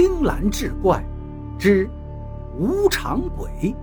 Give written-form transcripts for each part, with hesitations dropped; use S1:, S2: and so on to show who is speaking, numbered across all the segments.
S1: 青蓝志怪之无常鬼。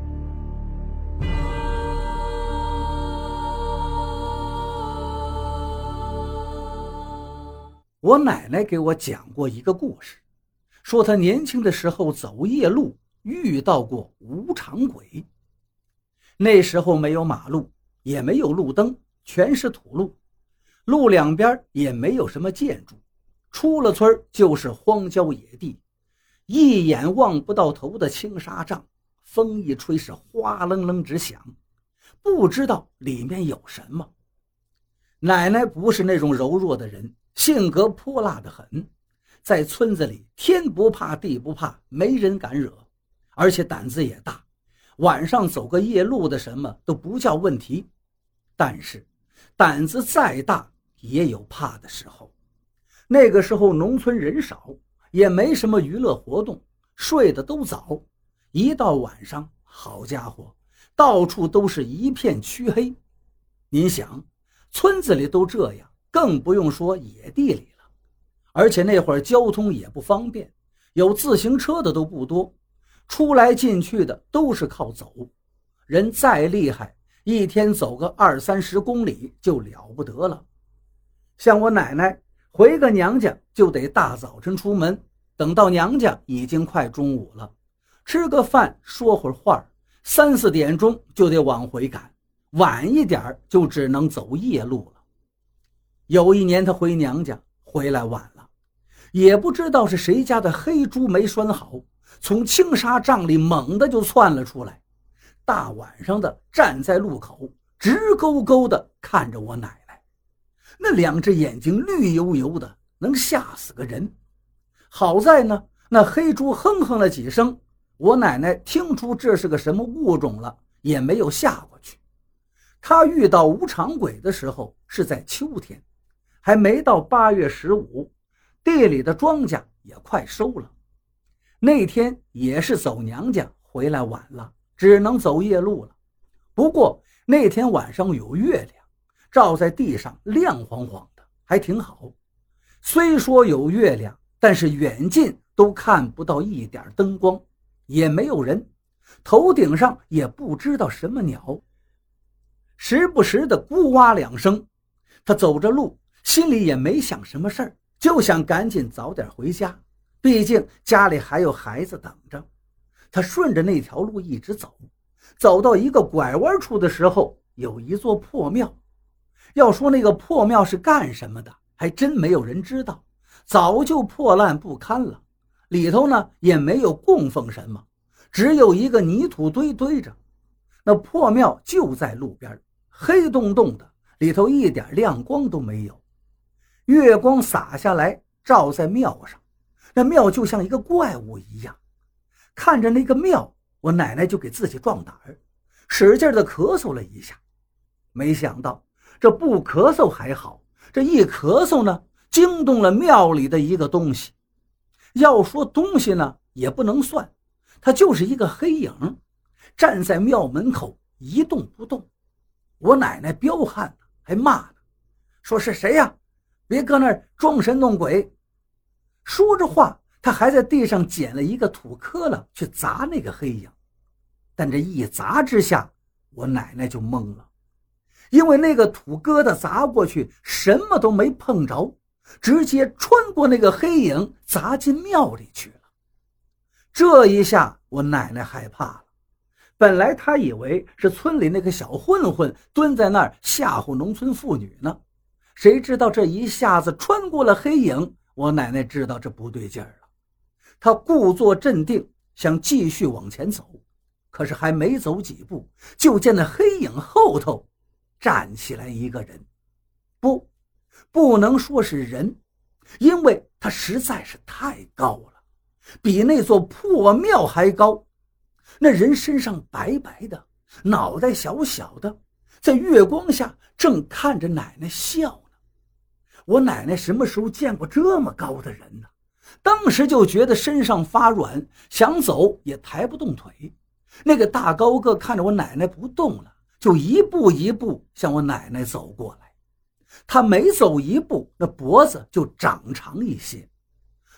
S1: 我奶奶给我讲过一个故事，说她年轻的时候走夜路遇到过无常鬼。那时候没有马路，也没有路灯，全是土路，路两边也没有什么建筑，出了村就是荒郊野地，一眼望不到头的青纱帐，风一吹是哗楞楞直响，不知道里面有什么。奶奶不是那种柔弱的人，性格泼辣得很，在村子里天不怕地不怕，没人敢惹，而且胆子也大，晚上走个夜路的什么都不叫问题。但是胆子再大也有怕的时候。那个时候农村人少，也没什么娱乐活动，睡得都早，一到晚上，好家伙，到处都是一片黢黑。您想，村子里都这样，更不用说野地里了。而且那会儿交通也不方便，有自行车的都不多，出来进去的都是靠走，人再厉害，一天走个20-30公里就了不得了。像我奶奶回个娘家就得大早晨出门，等到娘家已经快中午了，吃个饭说会儿话，3-4点钟就得往回赶，晚一点就只能走夜路了。有一年她回娘家回来晚了，也不知道是谁家的黑猪没拴好，从青纱帐里猛地就窜了出来，大晚上的站在路口，直勾勾地看着我奶奶，那2只眼睛绿油油的，能吓死个人。好在呢，那黑猪哼哼了几声，我奶奶听出这是个什么物种了，也没有吓过去。她遇到无常鬼的时候是在秋天，还没到8月15，地里的庄稼也快收了。那天也是走娘家回来晚了，只能走夜路了。不过那天晚上有月亮，照在地上亮晃晃的，还挺好。虽说有月亮，但是远近都看不到一点灯光，也没有人，头顶上也不知道什么鸟，时不时的咕哇2声。他走着路，心里也没想什么事儿，就想赶紧早点回家，毕竟家里还有孩子等着。他顺着那条路一直走，走到一个拐弯处的时候，有一座破庙。要说那个破庙是干什么的，还真没有人知道，早就破烂不堪了，里头呢也没有供奉什么，只有一个泥土堆堆着。那破庙就在路边，黑洞洞的，里头一点亮光都没有。月光洒下来，照在庙上，那庙就像一个怪物一样。看着那个庙，我奶奶就给自己壮胆儿，使劲的咳嗽了一下。没想到这不咳嗽还好，这一咳嗽呢，惊动了庙里的一个东西。要说东西呢，也不能算，它就是一个黑影，站在庙门口一动不动。我奶奶彪悍呢，还骂呢，说是谁呀？别搁那儿装神弄鬼。说着话，他还在地上捡了一个土坷垃去砸那个黑影。但这一砸之下，我奶奶就懵了，因为那个土疙瘩砸过去什么都没碰着，直接穿过那个黑影砸进庙里去了。这一下我奶奶害怕了，本来她以为是村里那个小混混蹲在那儿吓唬农村妇女呢，谁知道这一下子穿过了黑影，我奶奶知道这不对劲儿了。她故作镇定，想继续往前走，可是还没走几步，就见那黑影后头站起来一个人。不能说是人，因为他实在是太高了，比那座破庙还高。那人身上白白的，脑袋小小的，在月光下正看着奶奶笑呢。我奶奶什么时候见过这么高的人呢？当时就觉得身上发软，想走也抬不动腿。那个大高个看着我奶奶不动了，就一步一步向我奶奶走过来。他每走一步，那脖子就长长一些。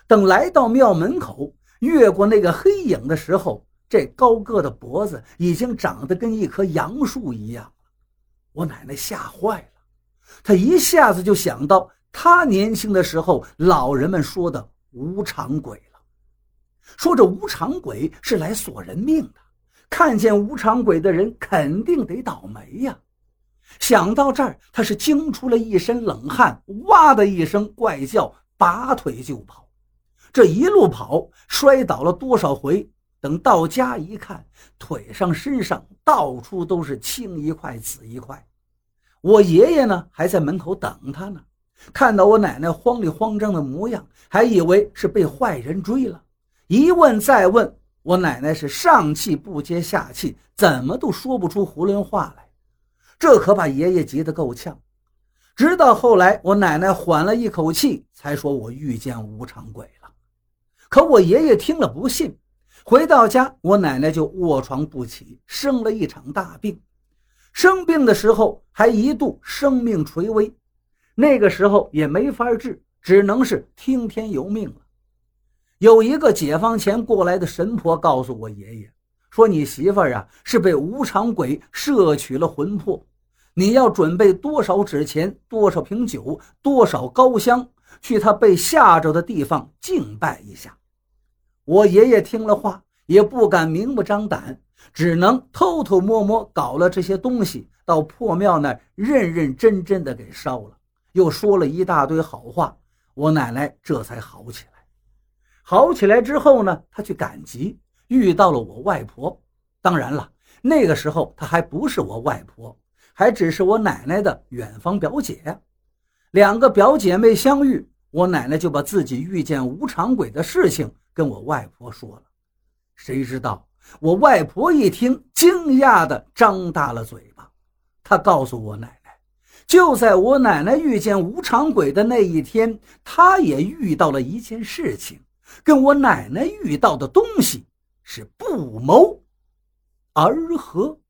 S1: 等来到庙门口，越过那个黑影的时候，这高个的脖子已经长得跟一棵杨树一样了。我奶奶吓坏了，她一下子就想到她年轻的时候老人们说的无常鬼了。说这无常鬼是来索人命的，看见无常鬼的人肯定得倒霉呀。想到这儿，她是惊出了一身冷汗，哇的一声怪叫，拔腿就跑。这一路跑，摔倒了多少回，等到家一看，腿上身上到处都是青一块紫一块。我爷爷呢还在门口等他呢，看到我奶奶慌里慌张的模样，还以为是被坏人追了。一问再问，我奶奶是上气不接下气，怎么都说不出囫囵话来。这可把爷爷急得够呛。直到后来我奶奶缓了一口气，才说我遇见无常鬼了。可我爷爷听了不信，回到家我奶奶就卧床不起，生了一场大病。生病的时候还一度生命垂危，那个时候也没法治，只能是听天由命了。有一个解放前过来的神婆告诉我爷爷，说你媳妇儿啊是被无常鬼摄取了魂魄，你要准备多少纸钱，多少瓶酒，多少高香，去他被吓着的地方敬拜一下。我爷爷听了话也不敢明目张胆，只能偷偷摸摸搞了这些东西，到破庙那儿认认真真的给烧了，又说了一大堆好话，我奶奶这才好起来。好起来之后呢，她去赶集，遇到了我外婆。当然了，那个时候她还不是我外婆，还只是我奶奶的远房表姐。两个表姐妹相遇，我奶奶就把自己遇见无常鬼的事情跟我外婆说了。谁知道我外婆一听，惊讶地张大了嘴巴。她告诉我奶奶，就在我奶奶遇见无常鬼的那一天，她也遇到了一件事情，跟我奶奶遇到的东西是不谋而合。